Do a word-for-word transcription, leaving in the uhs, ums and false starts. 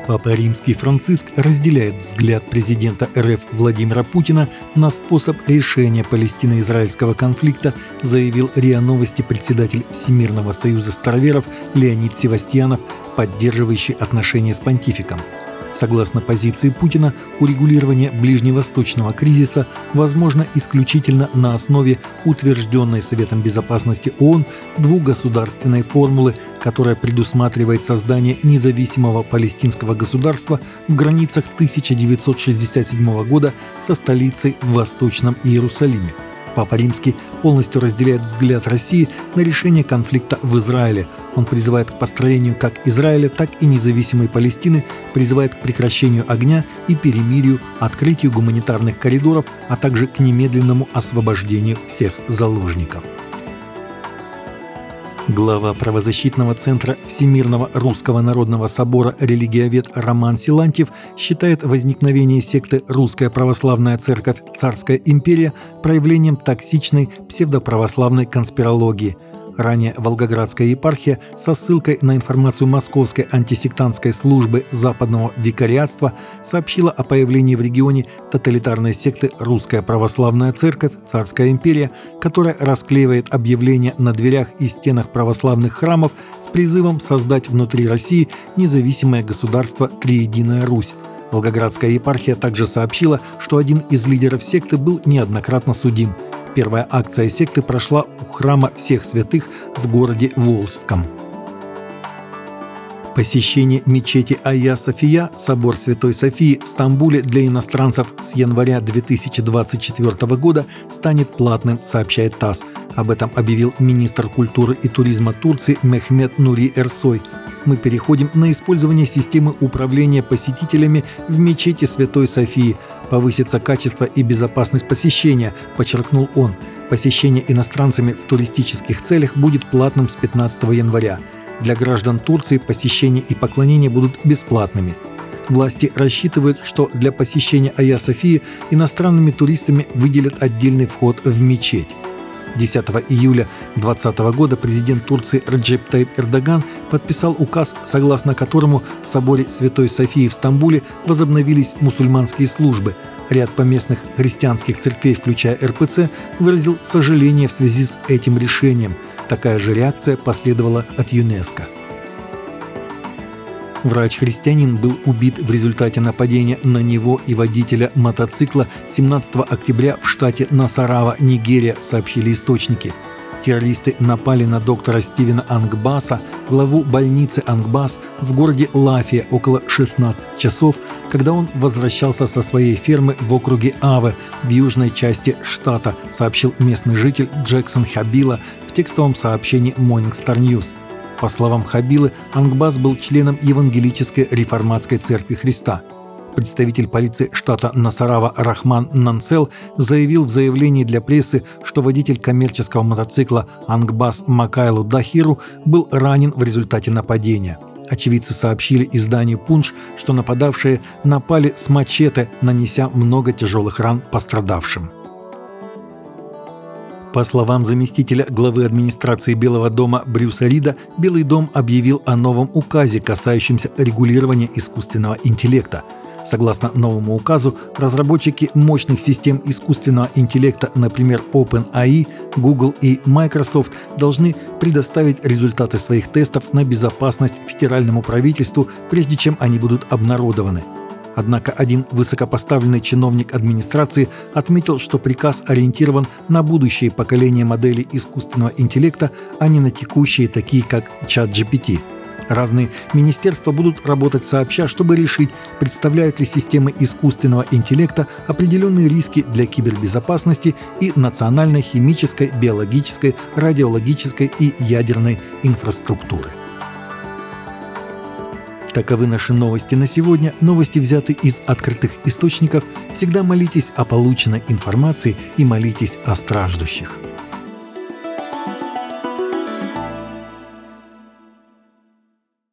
Папа Римский Франциск разделяет взгляд президента эр эф Владимира Путина на способ решения палестино-израильского конфликта, заявил РИА Новости председатель Всемирного союза староверов Леонид Севастьянов, поддерживающий отношения с понтификом. Согласно позиции Путина, урегулирование ближневосточного кризиса возможно исключительно на основе утвержденной Советом Безопасности ООН двугосударственной формулы, которая предусматривает создание независимого палестинского государства в границах тысяча девятьсот шестьдесят седьмого года со столицей в Восточном Иерусалиме. Папа Римский полностью разделяет взгляд России на решение конфликта в Израиле. Он призывает к построению как Израиля, так и независимой Палестины, призывает к прекращению огня и перемирию, открытию гуманитарных коридоров, а также к немедленному освобождению всех заложников. Глава правозащитного центра Всемирного Русского Народного Собора религиовед Роман Силантьев считает возникновение секты «Русская Православная Церковь. Царская империя» проявлением токсичной псевдоправославной конспирологии. Ранее Волгоградская епархия со ссылкой на информацию Московской антисектантской службы Западного викариатства сообщила о появлении в регионе тоталитарной секты «Русская Православная Церковь. Царская империя», которая расклеивает объявления на дверях и стенах православных храмов с призывом создать внутри России независимое государство «Триединая Русь». Волгоградская епархия также сообщила, что один из лидеров секты был неоднократно судим. Первая акция секты прошла у храма всех святых в городе Волжском. Посещение мечети Айя София, собор Святой Софии в Стамбуле для иностранцев с января две тысячи двадцать четвёртого года станет платным, сообщает ТАСС. Об этом объявил министр культуры и туризма Турции Мехмет Нури Эрсой. Мы переходим на использование системы управления посетителями в мечети Святой Софии. Повысится качество и безопасность посещения, подчеркнул он. Посещение иностранцами в туристических целях будет платным с пятнадцатого января. Для граждан Турции посещение и поклонение будут бесплатными. Власти рассчитывают, что для посещения Айя Софии иностранными туристами выделят отдельный вход в мечеть. десятого июля две тысячи двадцатого года президент Турции Реджеп Тайип Эрдоган подписал указ, согласно которому в соборе Святой Софии в Стамбуле возобновились мусульманские службы. Ряд поместных христианских церквей, включая эр пэ цэ, выразил сожаление в связи с этим решением. Такая же реакция последовала от ЮНЕСКО. Врач-христианин был убит в результате нападения на него и водителя мотоцикла семнадцатого октября в штате Насарава, Нигерия, сообщили источники. Террористы напали на доктора Стивена Ангбаса, главу больницы Ангбас в городе Лафия около шестнадцати часов, когда он возвращался со своей фермы в округе Аве в южной части штата, сообщил местный житель Джексон Хабила в текстовом сообщении Morning Star News. По словам Хабилы, Ангбас был членом Евангелической реформатской церкви Христа. Представитель полиции штата Насарава Рахман Нансел заявил в заявлении для прессы, что водитель коммерческого мотоцикла Ангбас Макайлу Дахиру был ранен в результате нападения. Очевидцы сообщили изданию «Пунш», что нападавшие напали с мачете, нанеся много тяжелых ран пострадавшим. По словам заместителя главы администрации Белого дома Брюса Рида, Белый дом объявил о новом указе, касающемся регулирования искусственного интеллекта. Согласно новому указу, разработчики мощных систем искусственного интеллекта, например, OpenAI, Google и Microsoft, должны предоставить результаты своих тестов на безопасность федеральному правительству, прежде чем они будут обнародованы. Однако один высокопоставленный чиновник администрации отметил, что приказ ориентирован на будущее поколение моделей искусственного интеллекта, а не на текущие, такие как чат джи пи ти. Разные министерства будут работать сообща, чтобы решить, представляют ли системы искусственного интеллекта определенные риски для кибербезопасности и национальной химической, биологической, радиологической и ядерной инфраструктуры. Таковы наши новости на сегодня. Новости взяты из открытых источников. Всегда молитесь о полученной информации и молитесь о страждущих.